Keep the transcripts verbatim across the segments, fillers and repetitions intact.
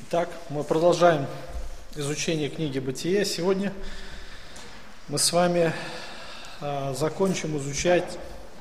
Итак, мы продолжаем изучение книги «Бытие». Сегодня мы с вами э, закончим изучать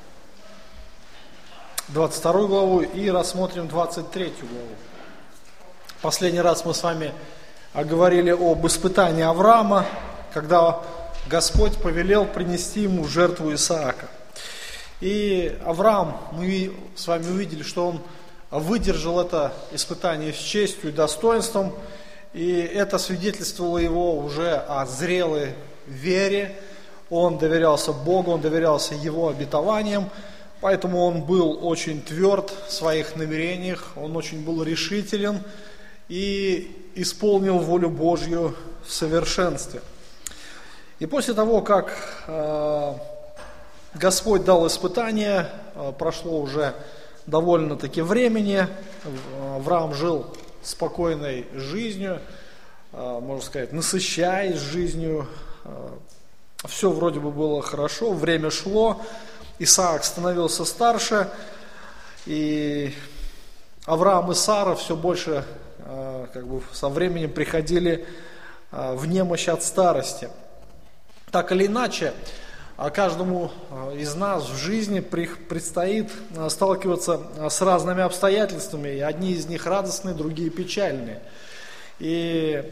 двадцать вторую главу и рассмотрим двадцать третью главу. Последний раз мы с вами говорили об испытании Авраама, когда Господь повелел принести ему жертву Исаака. И Авраам, мы с вами увидели, что он выдержал это испытание с честью и достоинством, и это свидетельствовало его уже о зрелой вере. Он доверялся Богу, он доверялся Его обетованиям, поэтому он был очень тверд в своих намерениях, он очень был решителен и исполнил волю Божью в совершенстве. И после того, как э, Господь дал испытание, э, прошло уже довольно-таки времени, Авраам жил спокойной жизнью, можно сказать, насыщаясь жизнью, все вроде бы было хорошо, время шло, Исаак становился старше, и Авраам и Сара все больше как бы со временем приходили в немощь от старости. Так или иначе, а каждому из нас в жизни предстоит сталкиваться с разными обстоятельствами, и одни из них радостные, другие печальные. И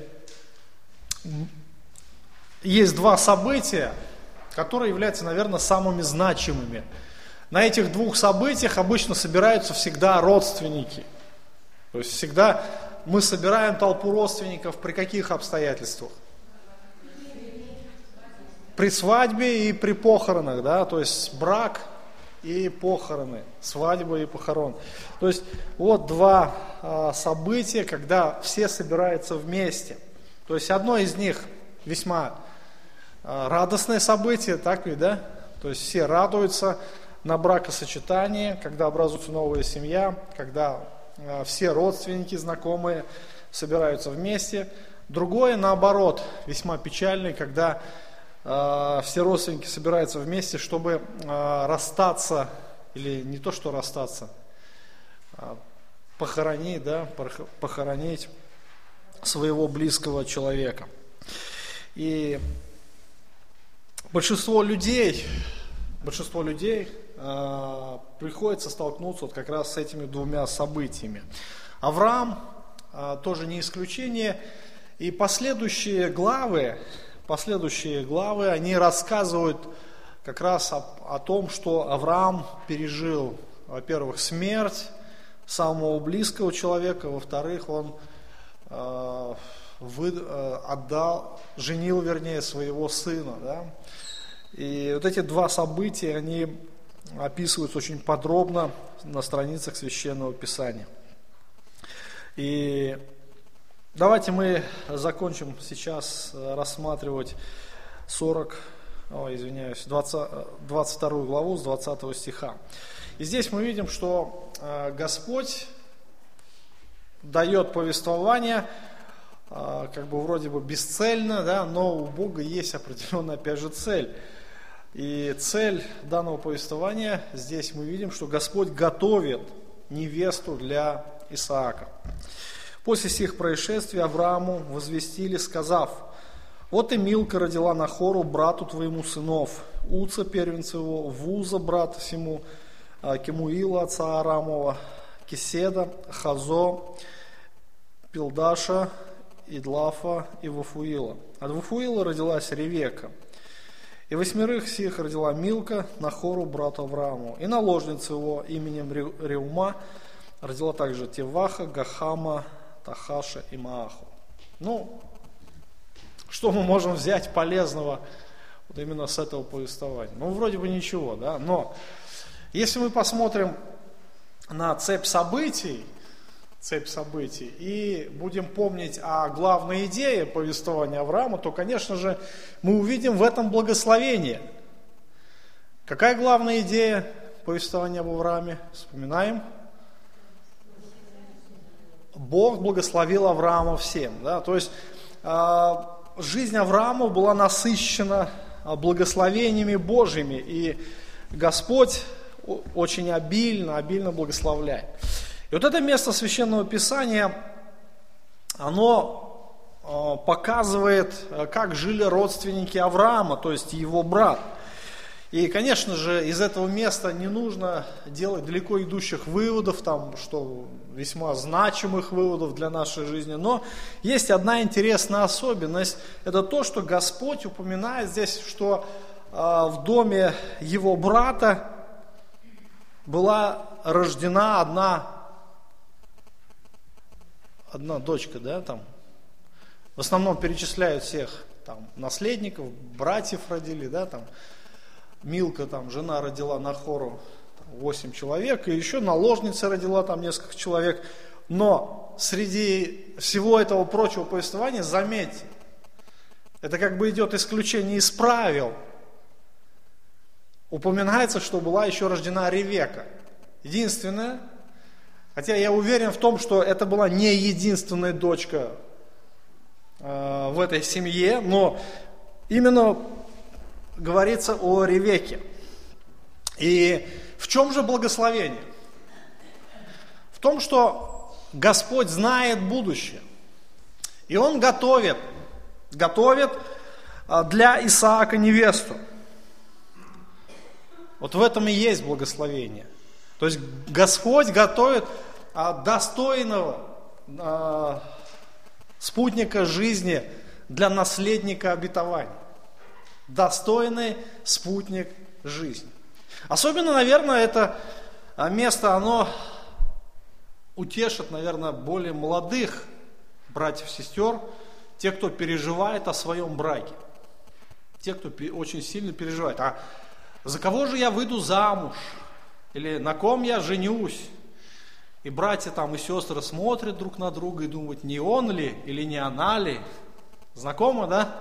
есть два события, которые являются, наверное, самыми значимыми. На этих двух событиях обычно собираются всегда родственники. То есть всегда мы собираем толпу родственников при каких обстоятельствах? При свадьбе и при похоронах, да, то есть брак и похороны, свадьба и похорон. То есть вот два а, события, когда все собираются вместе. То есть одно из них весьма а, радостное событие, так ведь, да? То есть все радуются на бракосочетание, когда образуется новая семья, когда а, все родственники, знакомые собираются вместе. Другое, наоборот, весьма печальное, когда все родственники собираются вместе, чтобы расстаться, или не то что расстаться, а похоронить, да, похоронить своего близкого человека. И большинство людей, большинство людей приходится столкнуться вот как раз с этими двумя событиями. Авраам тоже не исключение, и последующие главы, Последующие главы, они рассказывают как раз о, о том, что Авраам пережил, во-первых, смерть самого близкого человека, во-вторых, он э, вы, э, отдал, женил, вернее, своего сына. Да? И вот эти два события, они описываются очень подробно на страницах Священного Писания. И давайте мы закончим сейчас рассматривать сорок, о, извиняюсь, двадцать, двадцать вторую главу с двадцатого стиха. И здесь мы видим, что Господь дает повествование, как бы вроде бы бесцельно, да, но у Бога есть определенная, опять же, цель. И цель данного повествования, здесь мы видим, что Господь готовит невесту для Исаака. После сих происшествий Аврааму возвестили, сказав: «Вот и Милка родила Нахору, брату твоему, сынов, Уца, первенца его, Вуза, брата сему, Кемуила, отца Арамова, Кеседа, Хазо, Пилдаша, Идлафа и Вафуила. От Вафуила родилась Ревека. И восьмерых сих родила Милка, Нахору, брату Аврааму. И наложница его именем Реума родила также Теваха, Гахама, Тахаша и Мааху». Ну, что мы можем взять полезного вот именно с этого повествования? Ну, вроде бы ничего, да, но если мы посмотрим на цепь событий, цепь событий, и будем помнить о главной идее повествования Авраама, то, конечно же, мы увидим в этом благословение. Какая главная идея повествования об Аврааме? Вспоминаем. Бог благословил Авраама всем. Да? То есть э, жизнь Авраама была насыщена благословениями Божьими, и Господь очень обильно, обильно благословляет. И вот это место Священного Писания оно э, показывает, как жили родственники Авраама, то есть его брат. И, конечно же, из этого места не нужно делать далеко идущих выводов, там, что весьма значимых выводов для нашей жизни. Но есть одна интересная особенность. Это то, что Господь упоминает здесь, что э, в доме его брата была рождена одна, одна дочка, да, там. В основном перечисляют всех там, наследников, братьев родили, да, там. Милка, там, жена родила Нахору восемь человек, и еще наложница родила там несколько человек. Но среди всего этого прочего повествования, заметьте, это как бы идет исключение из правил. Упоминается, что была еще рождена Ревека. Единственная, хотя я уверен в том, что это была не единственная дочка э, в этой семье, но именно говорится о Ревеке. И в чем же благословение? В том, что Господь знает будущее. И Он готовит, готовит для Исаака невесту. Вот в этом и есть благословение. То есть Господь готовит достойного спутника жизни для наследника обетования. Достойный спутник жизни. Особенно, наверное, это место, оно утешит, наверное, более молодых братьев, сестер, те, кто переживает о своем браке. Те, кто очень сильно переживает. А за кого же я выйду замуж? Или на ком я женюсь? И братья там и сестры смотрят друг на друга и думают, не он ли или не она ли? Знакомо, да?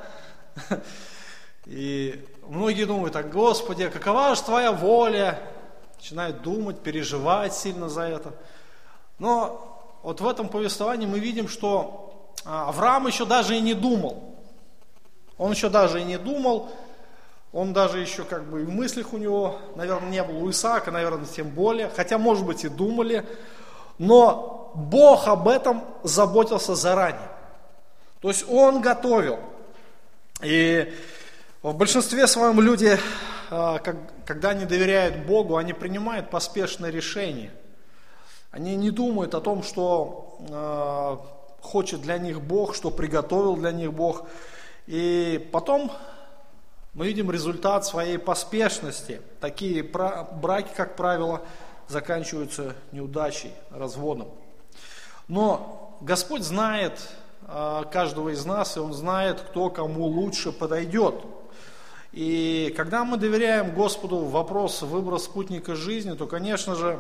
И многие думают, а Господи, какова же Твоя воля? Начинают думать, переживать сильно за это. Но вот в этом повествовании мы видим, что Авраам еще даже и не думал. Он еще даже и не думал. Он даже еще как бы и в мыслях у него, наверное, не было. У Исаака, наверное, тем более. Хотя, может быть, и думали. Но Бог об этом заботился заранее. То есть Он готовил. И в большинстве своем люди, когда они доверяют Богу, они принимают поспешные решения. Они не думают о том, что хочет для них Бог, что приготовил для них Бог. И потом мы видим результат своей поспешности. Такие браки, как правило, заканчиваются неудачей, разводом. Но Господь знает каждого из нас, и Он знает, кто кому лучше подойдет. И когда мы доверяем Господу в вопрос выбора спутника жизни, то, конечно же,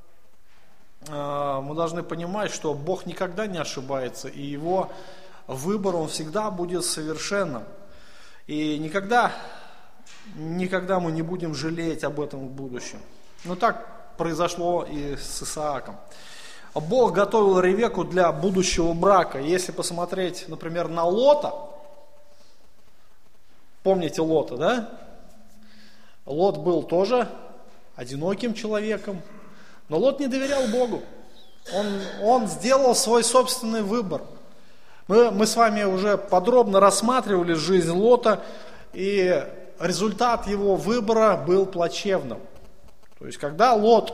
мы должны понимать, что Бог никогда не ошибается, и Его выбор, Он всегда будет совершенным. И никогда, никогда мы не будем жалеть об этом в будущем. Но так произошло и с Исааком. Бог готовил Ревеку для будущего брака. Если посмотреть, например, на Лота, помните Лота, да? Лот был тоже одиноким человеком, но Лот не доверял Богу. Он, он сделал свой собственный выбор. Мы, мы с вами уже подробно рассматривали жизнь Лота, и результат его выбора был плачевным. То есть, когда Лот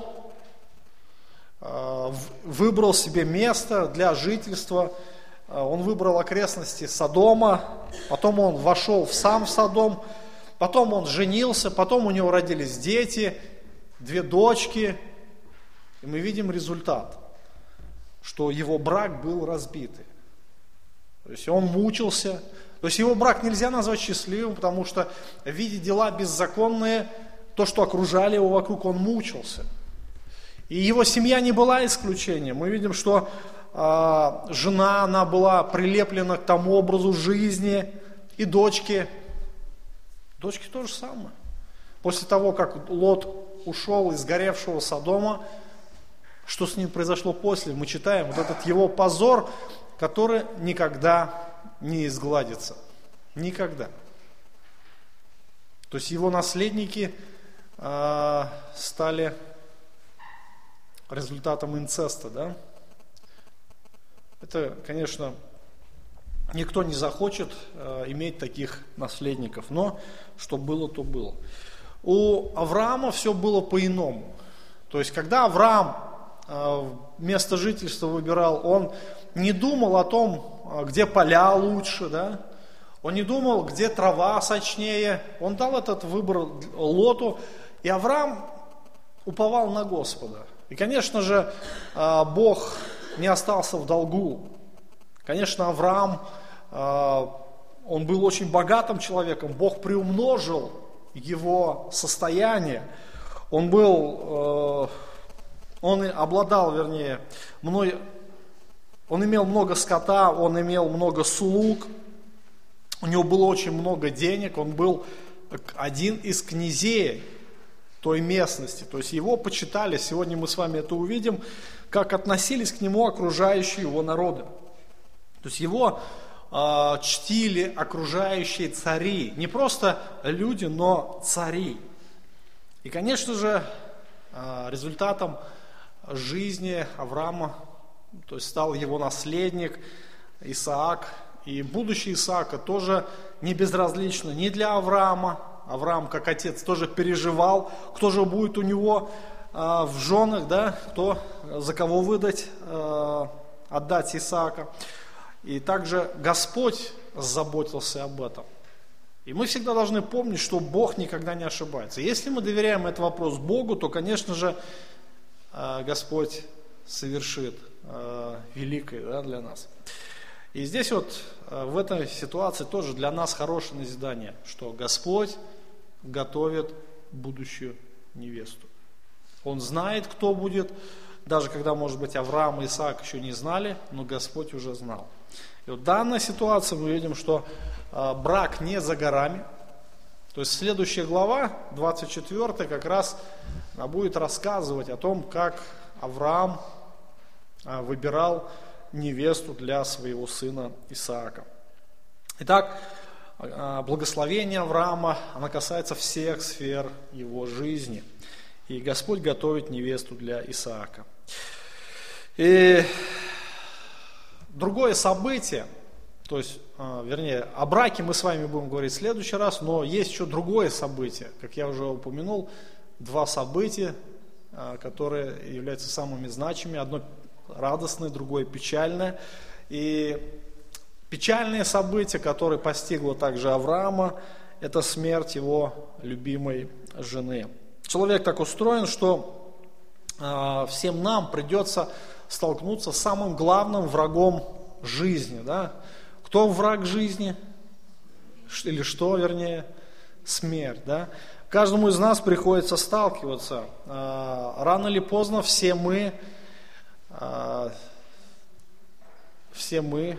э, выбрал себе место для жительства, э, он выбрал окрестности Содома, потом он вошел в сам Содом, потом он женился, потом у него родились дети, две дочки, и мы видим результат, что его брак был разбитый. То есть он мучился. То есть его брак нельзя назвать счастливым, потому что, видя дела беззаконные, то, что окружали его вокруг, он мучился. И его семья не была исключением. Мы видим, что э, жена, она была прилеплена к тому образу жизни, и дочки. Дочки то же самое. После того, как Лот ушел из горевшего Содома, что с ним произошло после? Мы читаем вот этот его позор, который никогда не изгладится. Никогда. То есть его наследники э, стали результатом инцеста, да? Это, конечно, никто не захочет э, иметь таких наследников. Но что было, то было. У Авраама все было по-иному. То есть, когда Авраам э, место жительства выбирал, он не думал о том, где поля лучше, да? Он не думал, где трава сочнее. Он дал этот выбор Лоту, и Авраам уповал на Господа. И, конечно же, э, Бог не остался в долгу. Конечно, Авраам, э, он был очень богатым человеком. Бог приумножил его состояние. Он был, э, он обладал, вернее, мной, он имел много скота, он имел много слуг, у него было очень много денег, он был один из князей той местности, то есть его почитали, сегодня мы с вами это увидим, как относились к нему окружающие его народы. То есть его э, чтили окружающие цари, не просто люди, но цари. И, конечно же, э, результатом жизни Авраама, то есть стал его наследник Исаак, и будущее Исаака тоже не безразлично ни для Авраама. Авраам, как отец, тоже переживал, кто же будет у него э, в женах, да, кто, за кого выдать, э, отдать Исаака. И также Господь заботился об этом. И мы всегда должны помнить, что Бог никогда не ошибается. Если мы доверяем этот вопрос Богу, то, конечно же, э, Господь совершит э, великое, да, для нас. И здесь вот э, в этой ситуации тоже для нас хорошее назидание, что Господь готовит будущую невесту. Он знает, кто будет, даже когда, может быть, Авраам и Исаак еще не знали, но Господь уже знал. И вот в данной ситуации мы видим, что э, брак не за горами. То есть следующая глава, двадцать четвёртая, как раз она будет рассказывать о том, как Авраам э, выбирал невесту для своего сына Исаака. Итак, благословение Авраама, оно касается всех сфер его жизни. И Господь готовит невесту для Исаака. И другое событие, то есть, вернее, о браке мы с вами будем говорить в следующий раз, но есть еще другое событие, как я уже упомянул, два события, которые являются самыми значимыми. Одно радостное, другое печальное. И печальное событие, которое постигло также Авраама, это смерть его любимой жены. Человек так устроен, что э, всем нам придется столкнуться с самым главным врагом жизни. Да? Кто враг жизни? Или что, вернее? Смерть. Да? Каждому из нас приходится сталкиваться. Э, рано или поздно все мы, э, все мы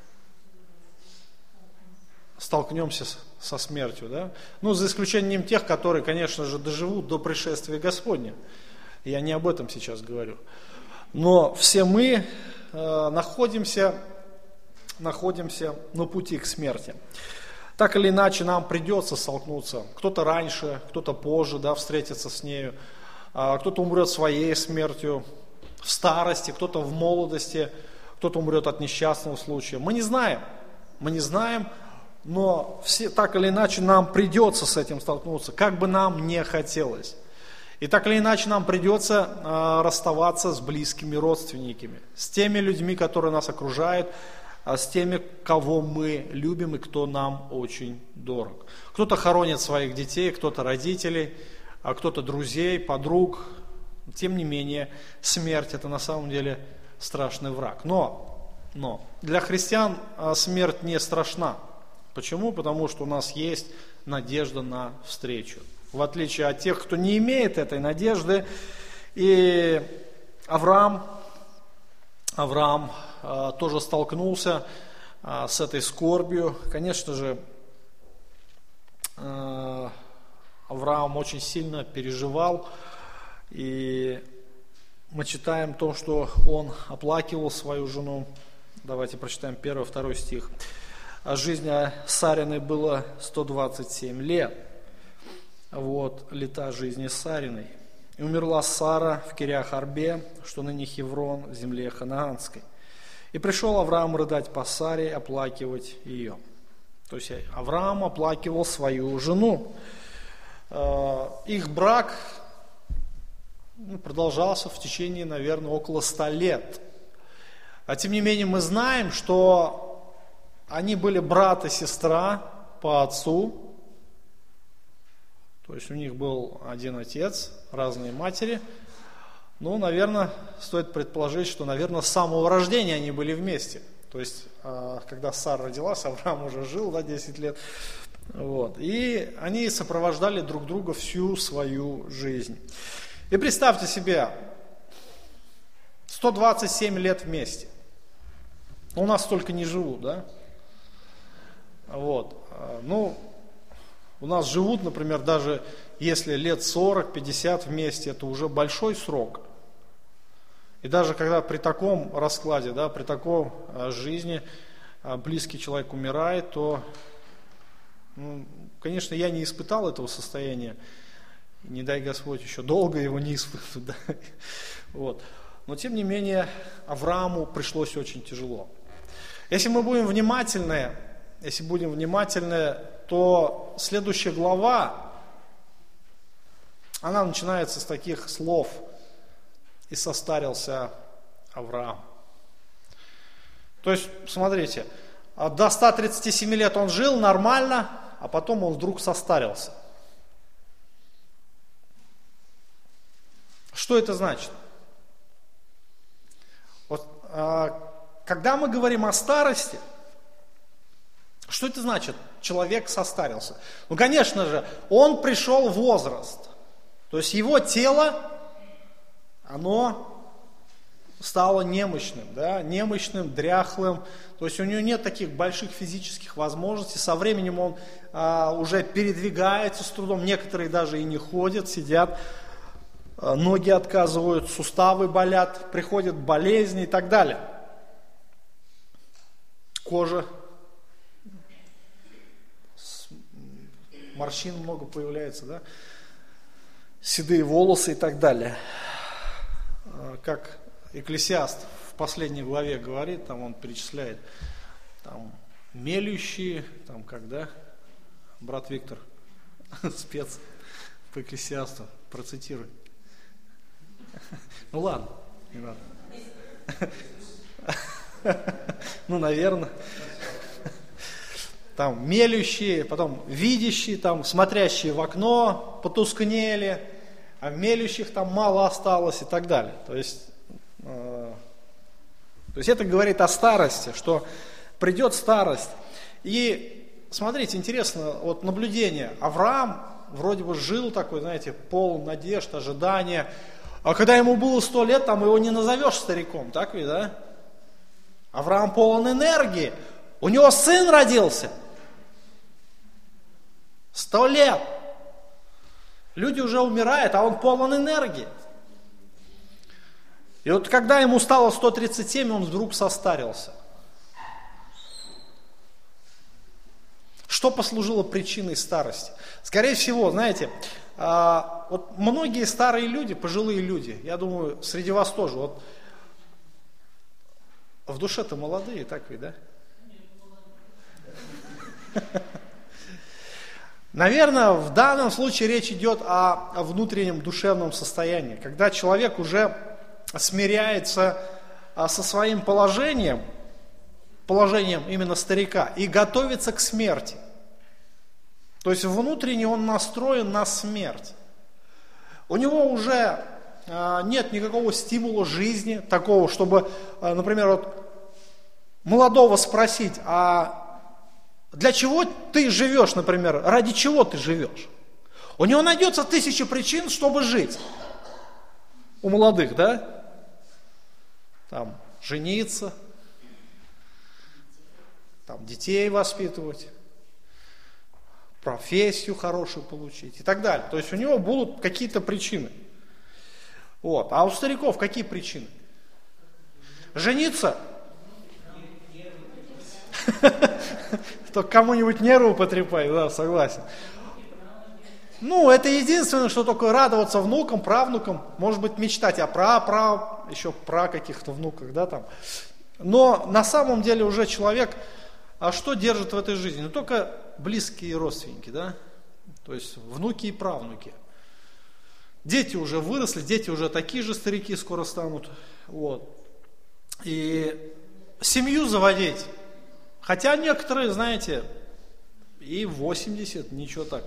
столкнемся со смертью, да? Ну, за исключением тех, которые, конечно же, доживут до пришествия Господня. Я не об этом сейчас говорю. Но все мы э, находимся, находимся на пути к смерти. Так или иначе, нам придется столкнуться. Кто-то раньше, кто-то позже, да, встретиться с нею. А кто-то умрет своей смертью в старости, кто-то в молодости, кто-то умрет от несчастного случая. Мы не знаем. Мы не знаем. Но все, так или иначе нам придется с этим столкнуться, как бы нам не хотелось. И так или иначе нам придется э, расставаться с близкими родственниками, с теми людьми, которые нас окружают, а с теми, кого мы любим и кто нам очень дорог. Кто-то хоронит своих детей, кто-то родителей, а кто-то друзей, подруг. Тем не менее, смерть – это на самом деле страшный враг. Но, но для христиан э, смерть не страшна. Почему? Потому что у нас есть надежда на встречу. В отличие от тех, кто не имеет этой надежды. И Авраам, Авраам э, тоже столкнулся э, с этой скорбью. Конечно же, э, Авраам очень сильно переживал. И мы читаем то, что он оплакивал свою жену. Давайте прочитаем первый, второй стих. А жизни Сариной было сто двадцать семь лет. Вот лета жизни Сариной. И умерла Сара в Кирьях-Арбе, что ныне Хеврон, в земле Ханаанской. И пришел Авраам рыдать по Саре, оплакивать ее. То есть Авраам оплакивал свою жену. Их брак продолжался в течение, наверное, около ста лет. А тем не менее мы знаем, что они были брат и сестра по отцу. То есть у них был один отец, разные матери. Ну, наверное, стоит предположить, что, наверное, с самого рождения они были вместе. То есть, когда Сара родилась, Авраам уже жил, да, десять лет. Вот. И они сопровождали друг друга всю свою жизнь. И представьте себе, сто двадцать семь лет вместе. У нас столько не живут, да? Вот. Ну, у нас живут, например, даже если лет сорок-пятьдесят вместе, это уже большой срок. И даже когда при таком раскладе, да, при такой жизни близкий человек умирает, то, ну, конечно, я не испытал этого состояния. Не дай Господь, еще долго его не испытывать. Да? Вот. Но тем не менее, Аврааму пришлось очень тяжело. Если мы будем внимательны, если будем внимательны, то следующая глава, она начинается с таких слов: «И состарился Авраам». То есть, смотрите, до ста тридцати семи лет он жил нормально, а потом он вдруг состарился. Что это значит? Вот, а, когда мы говорим о старости, что это значит? Человек состарился. Ну, конечно же, он пришел в возраст. То есть его тело, оно стало немощным, да, немощным, дряхлым. То есть у него нет таких больших физических возможностей. Со временем он а, уже передвигается с трудом. Некоторые даже и не ходят, сидят. Ноги отказывают, суставы болят, приходят болезни и так далее. Кожа, морщин много появляется, да? Седые волосы и так далее. Как Экклесиаст в последней главе говорит, там он перечисляет, там мелющие, там когда, брат Виктор, спец по Экклесиасту, процитируй. Ну ладно, не надо. Ну, наверное. Там мелющие, потом видящие, там смотрящие в окно, потускнели, а мелющих там мало осталось и так далее. То есть, э, то есть это говорит о старости, что придет старость. И смотрите, интересно, вот наблюдение. Авраам вроде бы жил такой, знаете, полон надежд, ожидания. А когда ему было сто лет, там его не назовешь стариком, так ведь, да? Авраам полон энергии. У него сын родился. Сто лет. Люди уже умирают, а он полон энергии. И вот когда ему стало сто тридцать семь, он вдруг состарился. Что послужило причиной старости? Скорее всего, знаете, вот многие старые люди, пожилые люди, я думаю, среди вас тоже, вот в душе-то молодые, так ведь, да? Наверное, в данном случае речь идет о, о внутреннем душевном состоянии, когда человек уже смиряется со своим положением, положением именно старика, и готовится к смерти. То есть внутренне он настроен на смерть. У него уже а, нет никакого стимула жизни, такого, чтобы, а, например, вот, молодого спросить, а для чего ты живешь, например, ради чего ты живешь? У него найдется тысяча причин, чтобы жить. У молодых, да? Там, жениться, там, детей воспитывать, профессию хорошую получить и так далее. То есть у него будут какие-то причины. Вот. А у стариков какие причины? Жениться? Только кому-нибудь нервы потрепай, да, согласен. Ну, это единственное, что только радоваться внукам, правнукам, может быть, мечтать о пра-пра, еще про каких-то внуках, да, там. Но на самом деле уже человек, а что держит в этой жизни? Ну только близкие родственники, да? То есть внуки и правнуки. Дети уже выросли, дети уже такие же старики скоро станут. Вот. И семью заводить. Хотя некоторые, знаете, и восемьдесят, ничего так.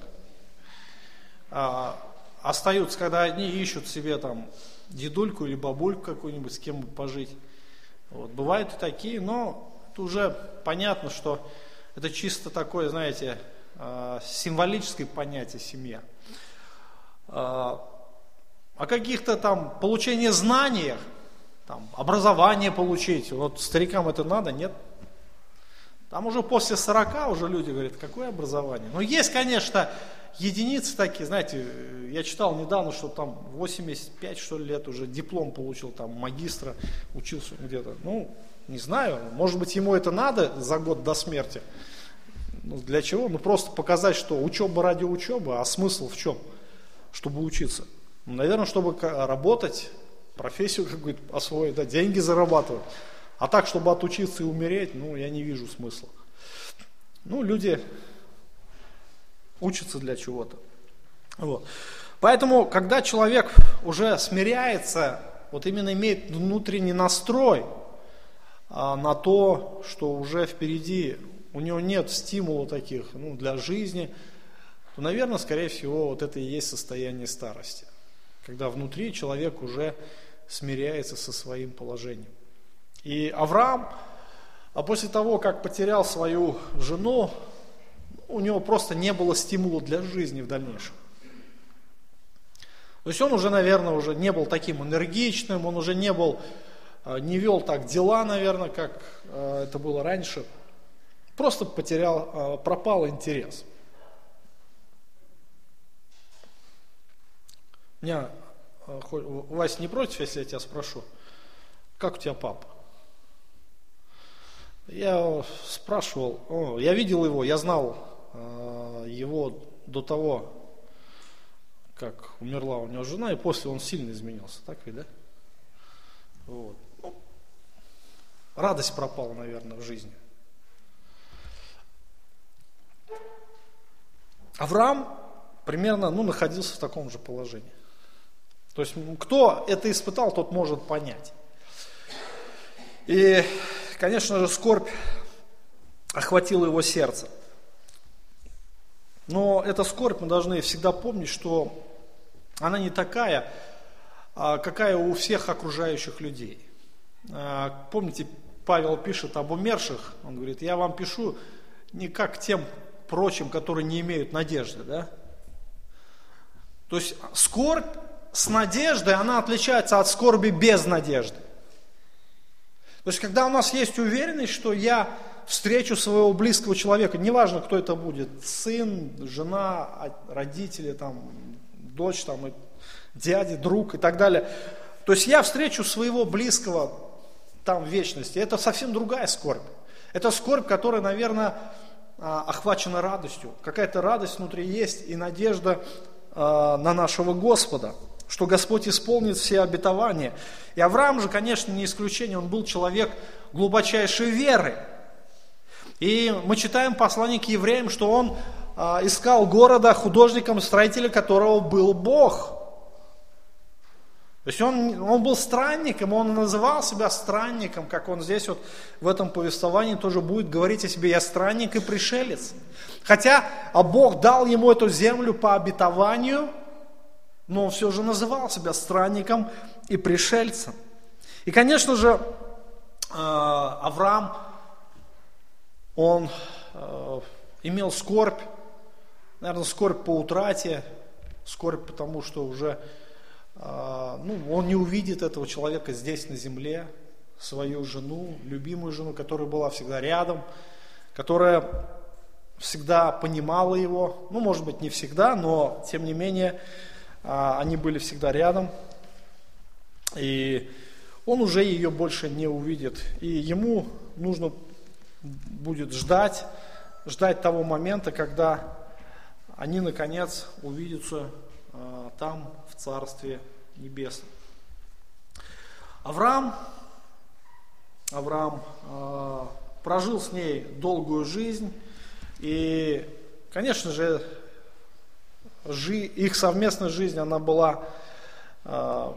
А, остаются, когда одни ищут себе там дедульку или бабульку какую-нибудь, с кем пожить. Вот. Бывают и такие, но это уже понятно, что это чисто такое, знаете, символическое понятие семья. О каких-то там получении знаниях, там, образование получить, вот старикам это надо, нет? Там уже после сорока уже люди говорят, какое образование? Но есть, конечно, единицы такие, знаете, я читал недавно, что там восемьдесят пять что ли лет уже диплом получил, там магистра, учился где-то. Ну, не знаю, может быть ему это надо за год до смерти. Ну, для чего? Ну, просто показать, что учеба ради учебы, а смысл в чем? Чтобы учиться. Ну, наверное, чтобы работать, профессию какую-то освоить, да, деньги зарабатывать. А так, чтобы отучиться и умереть, ну, я не вижу смысла. Ну, люди учатся для чего-то. Вот. Поэтому, когда человек уже смиряется, вот именно имеет внутренний настрой а, на то, что уже впереди у него нет стимула таких, ну, для жизни, то, наверное, скорее всего, вот это и есть состояние старости. Когда внутри человек уже смиряется со своим положением. И Авраам, а после того, как потерял свою жену, у него просто не было стимула для жизни в дальнейшем. То есть он уже, наверное, уже не был таким энергичным, он уже не был, не вел так дела, наверное, как это было раньше. Просто потерял, пропал интерес. Меня, Вася, не против, если я тебя спрошу, как у тебя папа? Я спрашивал, о, я видел его, я знал э, его до того, как умерла у него жена, и после он сильно изменился, так ведь, да? Вот. Ну, радость пропала, наверное, в жизни. Авраам примерно, ну, находился в таком же положении. То есть, кто это испытал, тот может понять. И, конечно же, скорбь охватила его сердце. Но эта скорбь, мы должны всегда помнить, что она не такая, какая у всех окружающих людей. Помните, Павел пишет об умерших, он говорит, я вам пишу не как тем прочим, которые не имеют надежды, да? То есть скорбь с надеждой, она отличается от скорби без надежды. То есть, когда у нас есть уверенность, что я встречу своего близкого человека, неважно, кто это будет, сын, жена, родители, там, дочь, там, дядя, друг и так далее. То есть, я встречу своего близкого там в вечности. Это совсем другая скорбь. Это скорбь, которая, наверное, охвачена радостью. Какая-то радость внутри есть и надежда на нашего Господа, что Господь исполнит все обетования. И Авраам же, конечно, не исключение, он был человек глубочайшей веры. И мы читаем послание к евреям, что он а, искал города, художником, строителем которого был Бог. То есть он, он был странником, он называл себя странником, как он здесь вот в этом повествовании тоже будет говорить о себе, я странник и пришелец. Хотя а Бог дал ему эту землю по обетованию, но он все же называл себя странником и пришельцем. И, конечно же, Авраам, он имел скорбь, наверное, скорбь по утрате, скорбь потому, что уже ну, он не увидит этого человека здесь на земле, свою жену, любимую жену, которая была всегда рядом, которая всегда понимала его, ну, может быть, не всегда, но, тем не менее, они были всегда рядом, и он уже ее больше не увидит. И ему нужно будет ждать, ждать того момента, когда они, наконец, увидятся там, в Царстве Небесном. Авраам Авраам э, прожил с ней долгую жизнь, и, конечно же, жи, их совместная жизнь, она была э,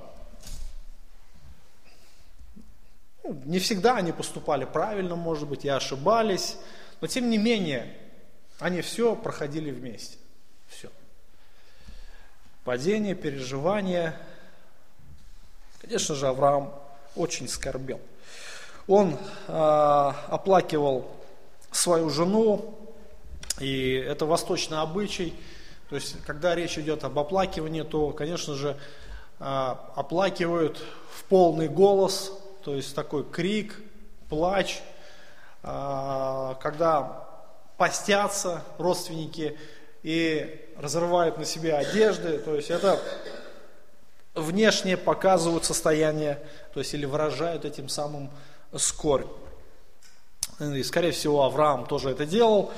ну, не всегда они поступали правильно, может быть, и ошибались, но тем не менее, они все проходили вместе. Все. Падение, переживания. Конечно же, Авраам очень скорбел. Он э, оплакивал свою жену, и это восточный обычай. То есть, когда речь идет об оплакивании, то, конечно же, э, оплакивают в полный голос, то есть такой крик, плач. Э, когда постятся родственники и разрывают на себе одежды, то есть это внешне показывают состояние, то есть или выражают этим самым скорбь. И, скорее всего, Авраам тоже это делал.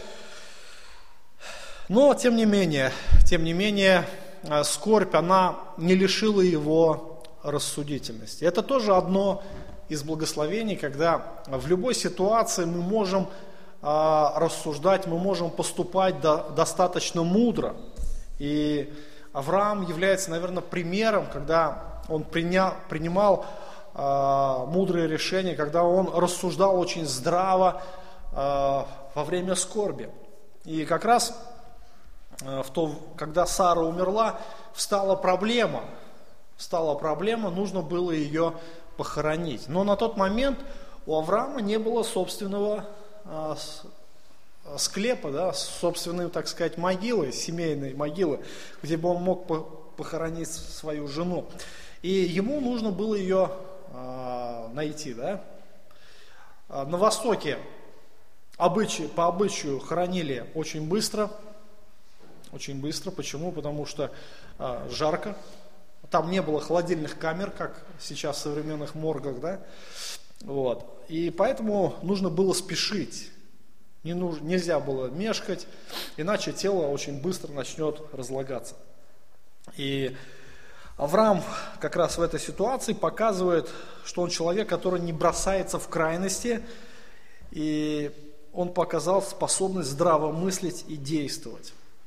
Но, тем не менее, тем не менее, скорбь, она не лишила его рассудительности. Это тоже одно из благословений, когда в любой ситуации мы можем а, рассуждать, мы можем поступать до, достаточно мудро. И Авраам является, наверное, примером, когда он приня, принимал э, мудрые решения, когда он рассуждал очень здраво э, во время скорби. И как раз э, в то, когда Сара умерла, встала проблема. Встала проблема, нужно было ее похоронить. Но на тот момент у Авраама не было собственного э, склепа, да, собственной, так сказать, могилы, семейной могилы, где бы он мог похоронить свою жену. И ему нужно было ее э, найти. Да? На Востоке обычаи, по обычаю хоронили очень быстро. Очень быстро. Почему? Потому что э, жарко. Там не было холодильных камер, как сейчас в современных моргах. Да? Вот. И поэтому нужно было спешить. Не нуж, нельзя было мешкать, иначе тело очень быстро начнет разлагаться. И Авраам как раз в этой ситуации показывает, что он человек, который не бросается в крайности, и он показал способность здраво мыслить и действовать.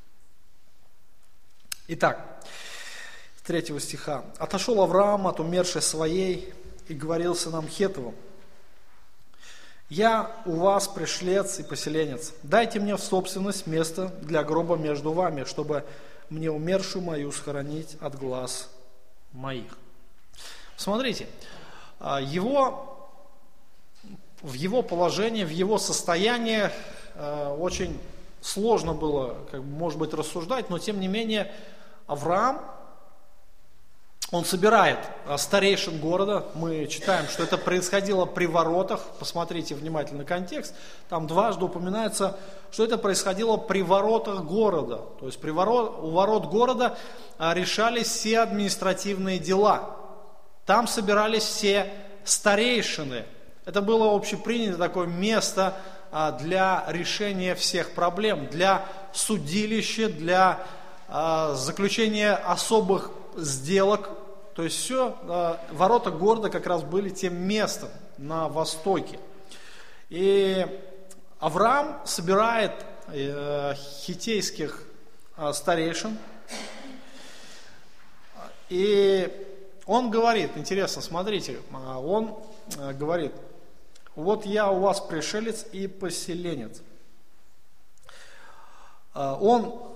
Итак, с третьего стиха. «Отошел Авраам от умершей своей и говорил сынам Хеттовым: я у вас пришлец и поселенец. Дайте мне в собственность место для гроба между вами, чтобы мне умершую мою схоронить от глаз моих». Смотрите, его, в его положении, в его состоянии очень сложно было, как бы, может быть, рассуждать, но тем не менее Авраам, он собирает старейшин города. Мы читаем, что это происходило при воротах. Посмотрите внимательно контекст. Там дважды упоминается, что это происходило при воротах города. То есть при ворот, у ворот города решались все административные дела. Там собирались все старейшины. Это было общепринято такое место для решения всех проблем, для судилища, для заключения особых сделок. То есть все, ворота города как раз были тем местом на востоке. И Авраам собирает хиттейских старейшин, и он говорит, интересно, смотрите, он говорит: вот я у вас пришелец и поселенец. Он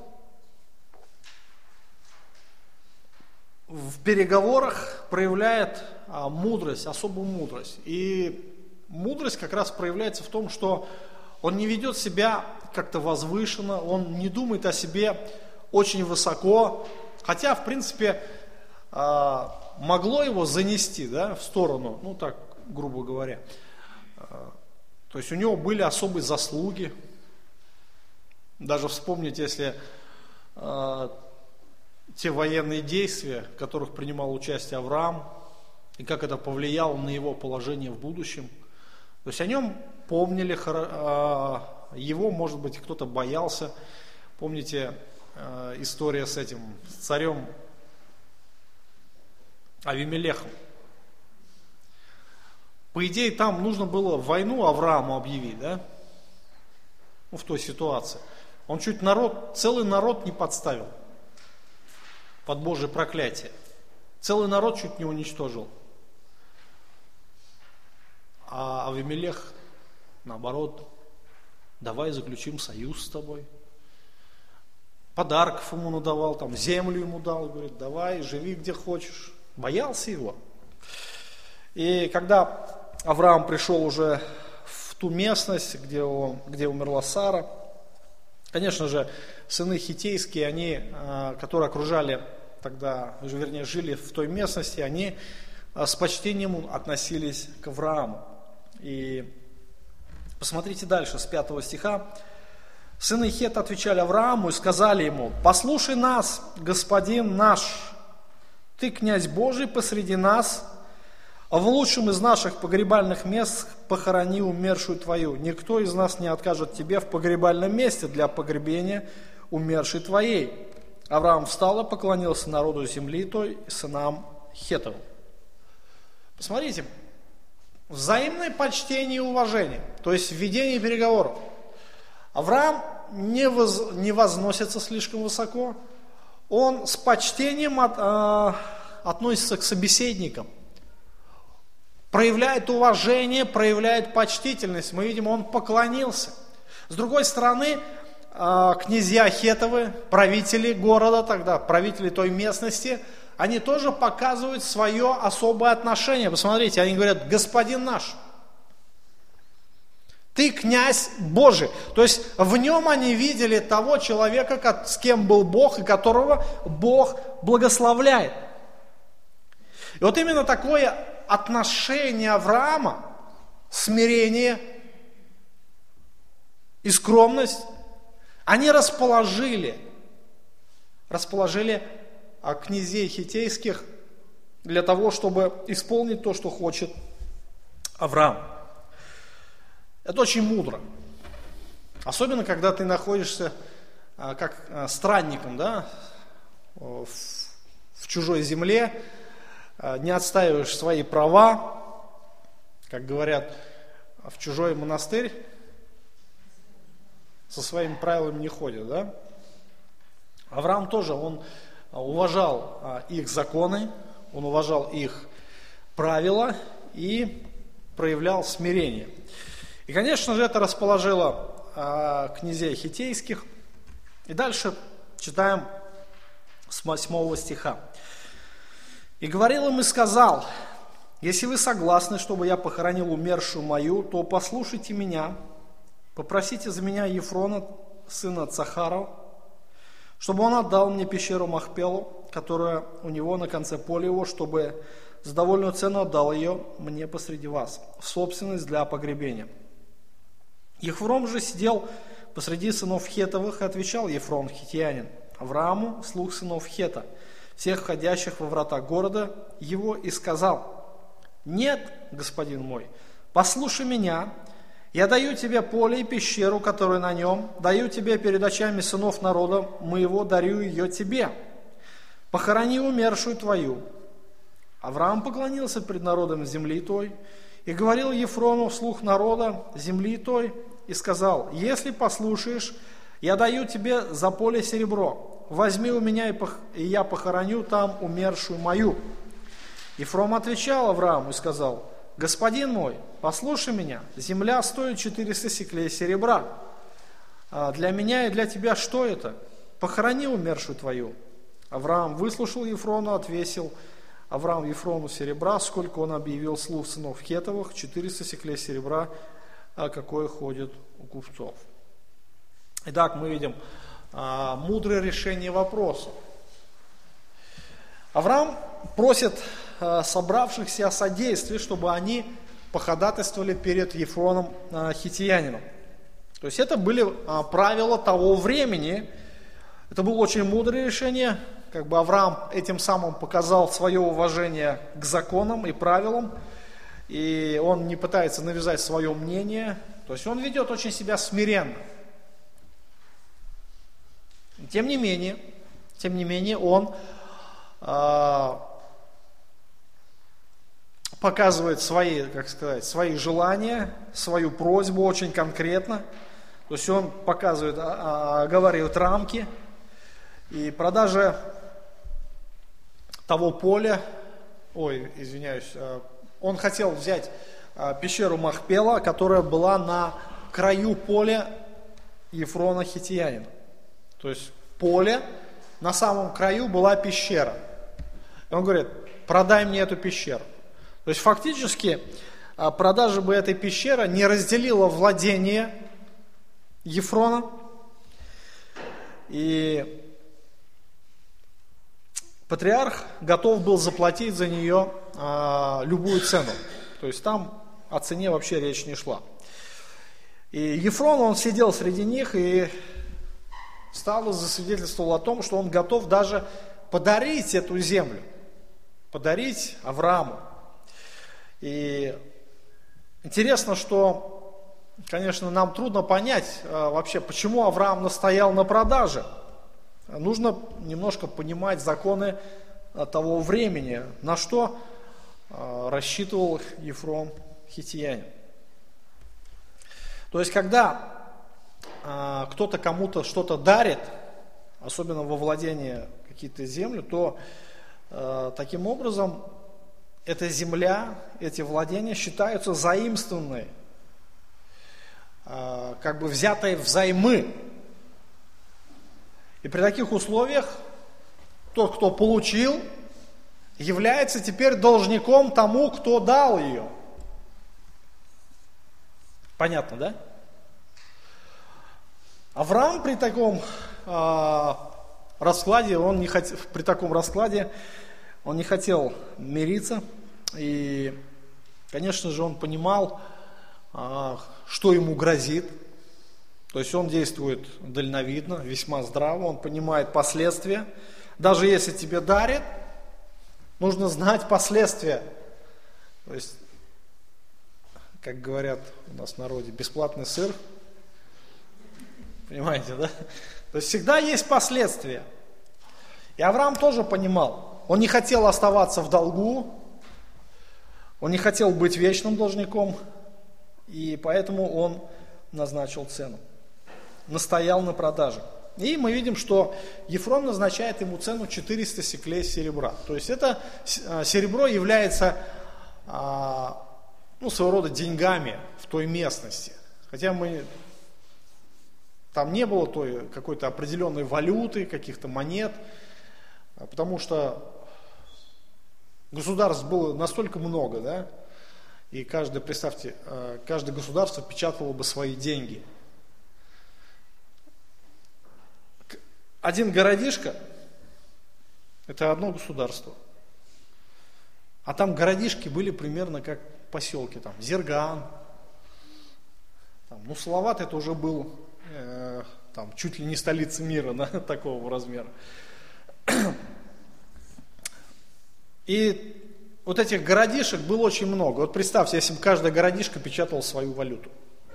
в переговорах проявляет а, мудрость, особую мудрость. И мудрость как раз проявляется в том, что он не ведет себя как-то возвышенно, он не думает о себе очень высоко, хотя, в принципе, а, могло его занести, да, в сторону, ну так, грубо говоря. А, то есть у него были особые заслуги. Даже вспомнить, если а, те военные действия, в которых принимал участие Авраам, и как это повлияло на его положение в будущем. То есть о нем помнили, его, может быть, кто-то боялся. Помните история с этим с царем Авимелехом? По По идее, там нужно было войну Аврааму объявить, да? Ну, в той ситуации. Он чуть народ, целый народ не подставил под Божье проклятие. Целый народ чуть не уничтожил. А Авимелех, наоборот, давай заключим союз с тобой. Подарков ему надавал, там, землю ему дал, говорит, давай, живи где хочешь. Боялся его. И когда Авраам пришел уже в ту местность, где, он, где умерла Сара, конечно же, сыны хиттейские, они, которые окружали тогда, вернее, жили в той местности, они с почтением относились к Аврааму. И посмотрите дальше, с пятого стиха. Сыны Хетта отвечали Аврааму и сказали ему: «Послушай нас, господин наш, ты князь Божий посреди нас, а в лучшем из наших погребальных мест похорони умершую твою. Никто из нас не откажет тебе в погребальном месте для погребения умершей твоей». Авраам встал и поклонился народу земли той, сынам Хеттовым. Посмотрите, взаимное почтение и уважение, то есть введение переговоров. Авраам не, воз, не возносится слишком высоко, он с почтением от, э, относится к собеседникам, проявляет уважение, проявляет почтительность. Мы видим, он поклонился. С другой стороны, э, князья Хеттовы, правители города тогда, правители той местности, они тоже показывают свое особое отношение. Посмотрите, они говорят: «Господин наш». Ты князь Божий. То есть в нем они видели того человека, с кем был Бог, и которого Бог благословляет. И вот именно такое отношение Авраама, смирение и скромность, они расположили, расположили князей хиттейских для того, чтобы исполнить то, что хочет Авраам. Это очень мудро. Особенно, когда ты находишься как странником, да, в, в чужой земле, не отстаиваешь свои права, как говорят, в чужой монастырь со своими правилами не ходят, да. Авраам тоже, он уважал их законы, он уважал их правила и проявлял смирение. И, конечно же, это расположило а, князей хиттейских. И дальше читаем с восьмого стиха. «И говорил им и сказал: если вы согласны, чтобы я похоронил умершую мою, то послушайте меня, попросите за меня Ефрона, сына Цахарова, чтобы он отдал мне пещеру Махпелу, которая у него на конце поля его, чтобы за довольную цену отдал ее мне посреди вас, в собственность для погребения». Ефрон же сидел посреди сынов Хеттовых, и отвечал Ефрон, хиттянин, Аврааму, слух сынов Хетта, всех входящих во врата города его, и сказал: «Нет, господин мой, послушай меня, я даю тебе поле и пещеру, которая на нем, даю тебе перед очами сынов народа моего, дарю ее тебе. Похорони умершую твою». Авраам поклонился пред народом земли той, и говорил Ефрону вслух народа земли той, и сказал: «Если послушаешь, я даю тебе за поле серебро, возьми у меня, и, пох... и я похороню там умершую мою». Ефрон отвечал Аврааму и сказал: «Господин мой, послушай меня, земля стоит четыреста сиклей серебра. А для меня и для тебя что это? Похорони умершую твою». Авраам выслушал Ефрона, отвесил Авраам Ефрону серебра, сколько он объявил слух сынов Хеттовых, четыреста сиклей серебра, а какое ходит у купцов. Итак, мы видим а, мудрое решение вопроса. Авраам просит а, собравшихся о содействии, чтобы они походатайствовали перед Ефроном а, хиттиянином. То есть это были а, правила того времени. Это было очень мудрое решение. Как бы Авраам этим самым показал свое уважение к законам и правилам, и он не пытается навязать свое мнение, то есть он ведет очень себя смиренно. Тем не менее, тем не менее он э, показывает свои, как сказать, свои желания, свою просьбу очень конкретно. То есть он показывает, оговаривает рамки. И продажа того поля, ой, извиняюсь, он хотел взять пещеру Махпела, которая была на краю поля Ефрона Хитиянина. То есть поле, на самом краю была пещера. И он говорит, продай мне эту пещеру. То есть фактически продажа бы этой пещеры не разделила владение Ефрона. И патриарх готов был заплатить за нее а, любую цену. То есть там о цене вообще речь не шла. И Ефрон, он сидел среди них и стал и засвидетельствовал о том, что он готов даже подарить эту землю. Подарить Аврааму. И интересно, что, конечно, нам трудно понять а, вообще, почему Авраам настоял на продаже. Нужно немножко понимать законы того времени, на что рассчитывал Ефрон Хитиянин. То есть, когда кто-то кому-то что-то дарит, особенно во владение какие-то земли, то таким образом эта земля, эти владения считаются заимствованной, как бы взятой взаймы. И при таких условиях тот, кто получил, является теперь должником тому, кто дал ее. Понятно, да? Авраам при таком э, раскладе, он не хот... при таком раскладе, он не хотел мириться. И, конечно же, он понимал, э, что ему грозит. То есть он действует дальновидно, весьма здраво, он понимает последствия. Даже если тебе дарят, нужно знать последствия. То есть, как говорят у нас в народе, бесплатный сыр. Понимаете, да? То есть всегда есть последствия. И Авраам тоже понимал. Он не хотел оставаться в долгу, он не хотел быть вечным должником, и поэтому он назначил цену. Настоял на продаже. И мы видим, что Ефрон назначает ему цену четыреста сиклей серебра. То есть это серебро является ну, своего рода деньгами в той местности. Хотя мы там не было той какой-то определенной валюты, каких-то монет, потому что государств было настолько много, да, и каждое, представьте, каждое государство печатало бы свои деньги. Один городишко – это одно государство. А там городишки были примерно как поселки. Там Зерган, там, ну Салават это уже был э, там, чуть ли не столица мира, да, такого размера. И вот этих городишек было очень много. Вот представьте, если бы каждая городишко печатала свою валюту.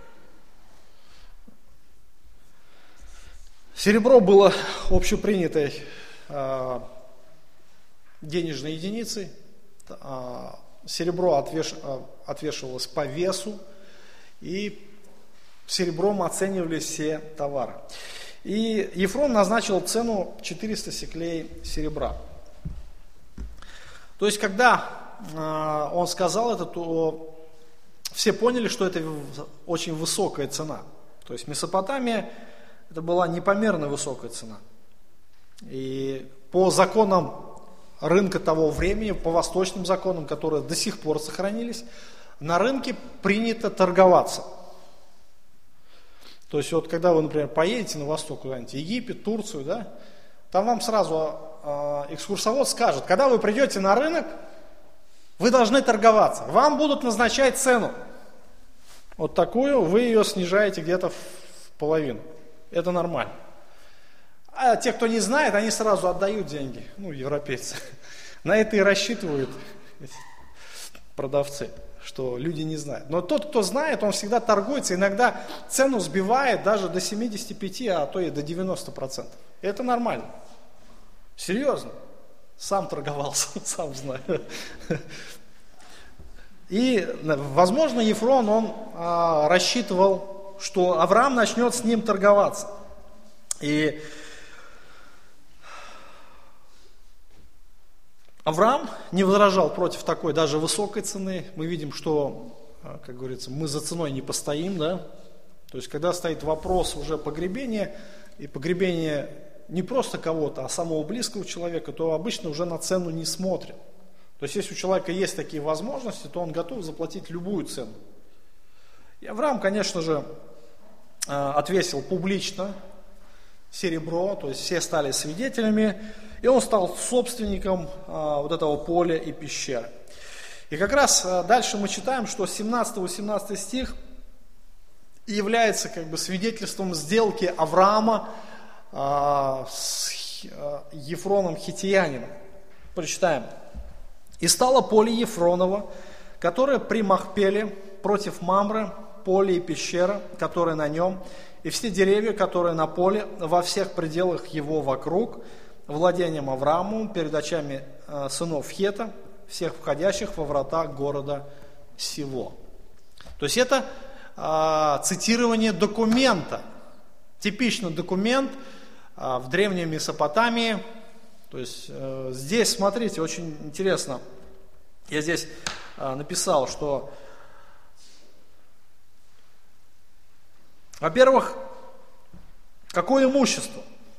Серебро было общепринятой э, денежной единицей. Э, серебро отвеш, э, отвешивалось по весу, и серебром оценивались все товары. И Ефрон назначил цену четыреста сиклей серебра. То есть, когда э, он сказал это, то все поняли, что это очень высокая цена. То есть Месопотамия – это была непомерно высокая цена. И по законам рынка того времени, по восточным законам, которые до сих пор сохранились, на рынке принято торговаться. То есть вот когда вы, например, поедете на восток куда-нибудь, Египет, Турцию, да, там вам сразу э, экскурсовод скажет, когда вы придете на рынок, вы должны торговаться. Вам будут назначать цену. Вот такую, вы ее снижаете где-то в половину. Это нормально. А те, кто не знает, они сразу отдают деньги. Ну, европейцы. На это и рассчитывают продавцы, что люди не знают. Но тот, кто знает, он всегда торгуется. Иногда цену сбивает даже до семидесяти пяти, а то и до девяноста процентов. Это нормально. Серьезно. Сам торговался, сам знаю. И, возможно, Ефрон, он а, рассчитывал, что Авраам начнет с ним торговаться. И Авраам не возражал против такой даже высокой цены. Мы видим, что, как говорится, мы за ценой не постоим, да? То есть, когда стоит вопрос уже погребения, и погребение не просто кого-то, а самого близкого человека, то обычно уже на цену не смотрят. То есть, если у человека есть такие возможности, то он готов заплатить любую цену. И Авраам, конечно же, отвесил публично серебро, то есть все стали свидетелями, и он стал собственником вот этого поля и пещеры. И как раз дальше мы читаем, что семнадцатый-восемнадцатый стих является как бы свидетельством сделки Авраама с Ефроном Хитиянином. Прочитаем. «И стало поле Ефронова, которое при Махпеле против Мамры, поле и пещера, которая на нем, и все деревья, которые на поле, во всех пределах его вокруг, владением Аврааму, перед очами э, сынов Хета, всех входящих во врата города сего». То есть это э, цитирование документа, типичный документ э, в древней Месопотамии. То есть э, здесь, смотрите, очень интересно, я здесь э, написал, что, во-первых, какое имущество?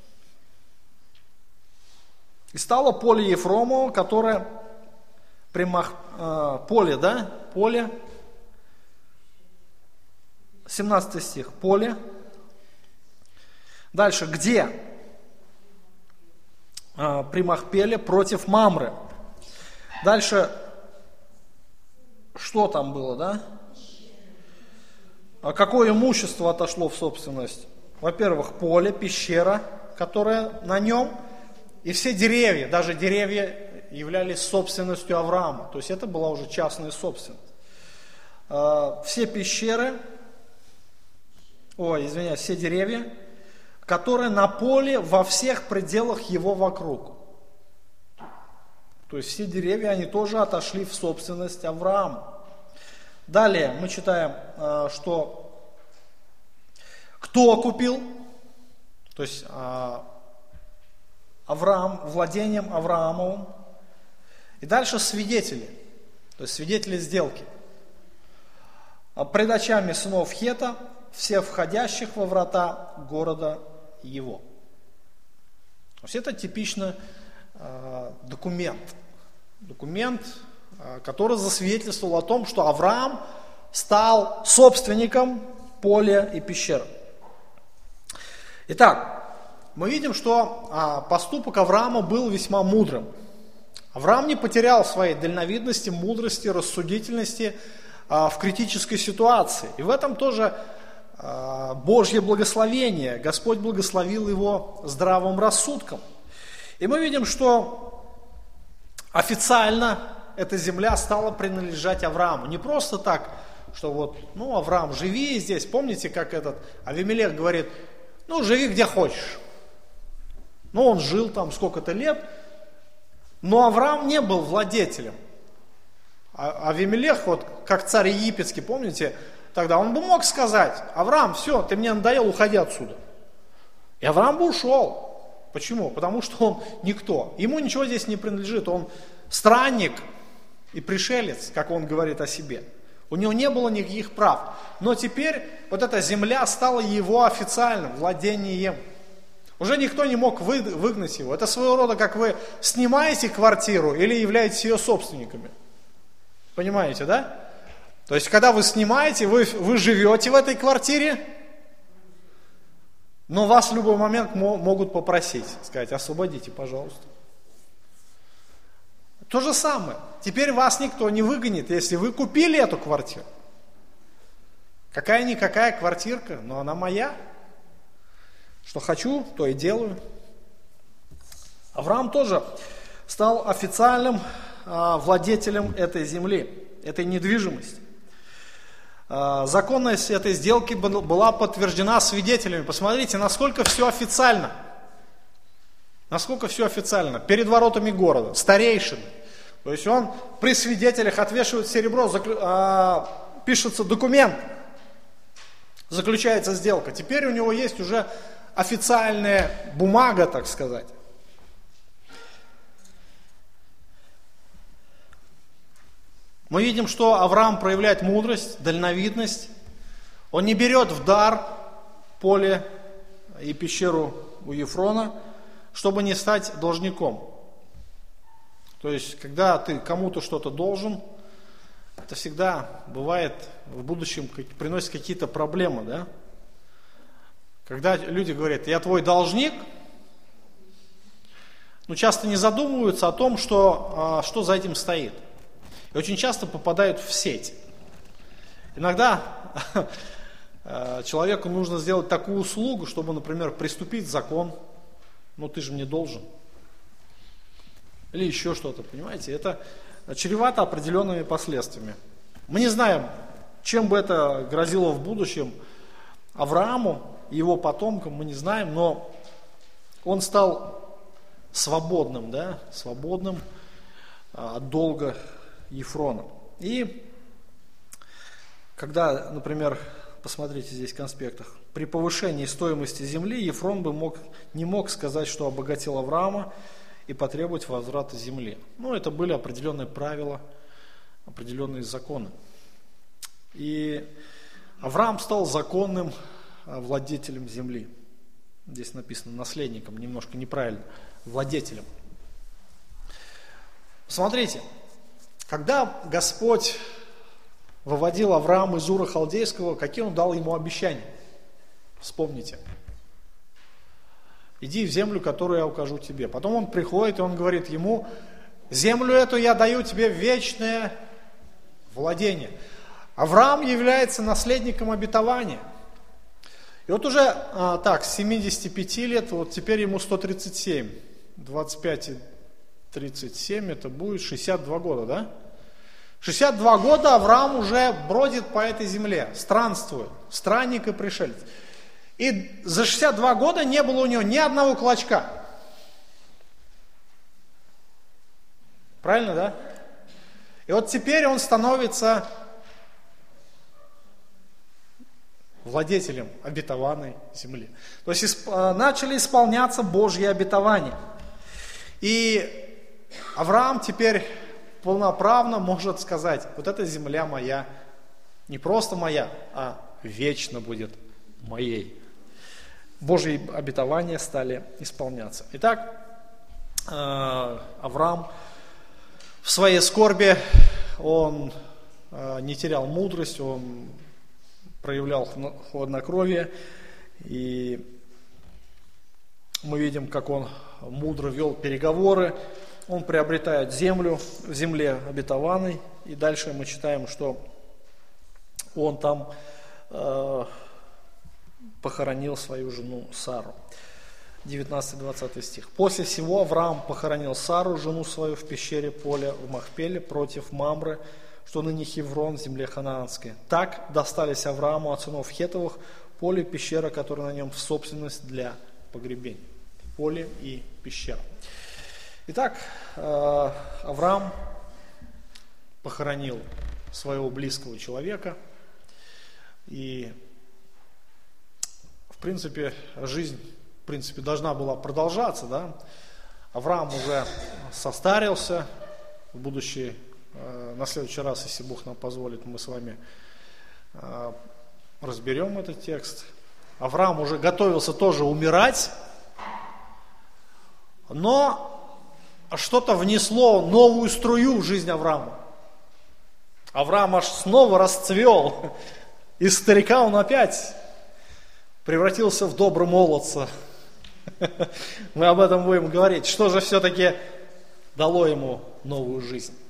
И стало поле Ефромово, которое при Мах, э, поле, да, поле, семнадцатый стих, поле. Дальше, где? Э, при Махпеле против Мамры. Дальше, что там было, да? А какое имущество отошло в собственность? Во-первых, поле, пещера, которая на нем, и все деревья, даже деревья являлись собственностью Авраама. То есть это была уже частная собственность. Все пещеры, ой, извиняюсь, все деревья, которые на поле во всех пределах его вокруг. То есть все деревья, они тоже отошли в собственность Авраама. Далее мы читаем, что кто купил, то есть Авраам, владением Авраамовым. И дальше свидетели, то есть свидетели сделки. Пред очами сынов Хета, все входящих во врата города его. То есть это типичный э, документ. Документ, э, который засвидетельствовал о том, что Авраам стал собственником поля и пещеры. Итак, мы видим, что а, поступок Авраама был весьма мудрым. Авраам не потерял своей дальновидности, мудрости, рассудительности а, в критической ситуации. И в этом тоже а, Божье благословение. Господь благословил его здравым рассудком. И мы видим, что официально эта земля стала принадлежать Аврааму. Не просто так, что вот, ну, Авраам, живи здесь. Помните, как этот Авимелех говорит, ну, живи где хочешь. Ну, он жил там сколько-то лет, но Авраам не был владетелем. А Авимелех, вот как царь египетский, помните, тогда он бы мог сказать, Авраам, все, ты мне надоел, уходи отсюда. И Авраам бы ушел. Почему? Потому что он никто. Ему ничего здесь не принадлежит. Он странник и пришелец, как он говорит о себе. У него не было никаких прав. Но теперь вот эта земля стала его официальным владением. Уже никто не мог вы, выгнать его. Это своего рода, как вы снимаете квартиру или являетесь ее собственниками. Понимаете, да? То есть, когда вы снимаете, вы, вы живете в этой квартире, но вас в любой момент мо, могут попросить, сказать, освободите, пожалуйста. То же самое. Теперь вас никто не выгонит, если вы купили эту квартиру. Какая-никакая квартирка, но она моя. Что хочу, то и делаю. Авраам тоже стал официальным а, владетелем этой земли, этой недвижимости. А, законность этой сделки была подтверждена свидетелями. Посмотрите, насколько все официально. Насколько все официально. Перед воротами города, старейшины. То есть он при свидетелях отвешивает серебро, заклю... а, пишется документ, заключается сделка. Теперь у него есть уже официальная бумага, так сказать. Мы видим, что Авраам проявляет мудрость, дальновидность. Он не берет в дар поле и пещеру у Ефрона, чтобы не стать должником. То есть, когда ты кому-то что-то должен, это всегда бывает в будущем, приносит какие-то проблемы, да? Когда люди говорят, я твой должник, но часто не задумываются о том, что, что за этим стоит. И очень часто попадают в сеть. Иногда человеку нужно сделать такую услугу, чтобы, например, приступить закон. Ну ты же мне должен. Или еще что-то, понимаете? Это чревато определенными последствиями. Мы не знаем, чем бы это грозило в будущем Аврааму и его потомкам, мы не знаем, но он стал свободным, да, свободным от долга Ефрона. И когда, например, посмотрите здесь в конспектах, при повышении стоимости земли Ефрон бы мог, не мог сказать, что обогатил Авраама и потребовать возврата земли. Ну, это были определенные правила, определенные законы. И Авраам стал законным владетелем земли. Здесь написано наследником, немножко неправильно, владетелем. Смотрите, когда Господь выводил Авраама из Ура Халдейского, какие Он дал ему обещания? Вспомните. Иди в землю, которую я укажу тебе. Потом он приходит, и он говорит ему, землю эту я даю тебе в вечное владение. Авраам является наследником обетования. И вот уже а, так, с семидесяти пяти лет, вот теперь ему сто тридцать семь. двадцать пять и тридцать семь, это будет шестьдесят два года, да? шестьдесят два года Авраам уже бродит по этой земле, странствует, странник и пришелец. И за шестьдесят два года не было у него ни одного клочка. Правильно, да? И вот теперь он становится владетелем обетованной земли. То есть исп... начали исполняться Божьи обетования. И Авраам теперь полноправно может сказать, вот эта земля моя, не просто моя, а вечно будет моей. Божьи обетования стали исполняться. Итак, Авраам в своей скорби, он не терял мудрость, он проявлял хладнокровие, и мы видим, как он мудро вел переговоры, он приобретает землю в земле обетованной, и дальше мы читаем, что он там э, похоронил свою жену Сару. девятнадцатый-двадцатый стих. После всего Авраам похоронил Сару, жену свою, в пещере поля в Махпеле против Мамры, что ныне Хеврон в земле ханаанской. Так достались Аврааму от сынов Хетовых поле и пещера, которая на нем в собственность для погребения. Поле и пещера. Итак, Авраам похоронил своего близкого человека, и в принципе жизнь в принципе должна была продолжаться, да? Авраам уже состарился, в будущее, на следующий раз, если Бог нам позволит, мы с вами разберем этот текст. Авраам уже готовился тоже умирать, но что-то внесло новую струю в жизнь Авраама. Авраам аж снова расцвел. Из старика он опять превратился в доброго молодца. Мы об этом будем говорить. Что же все-таки дало ему новую жизнь?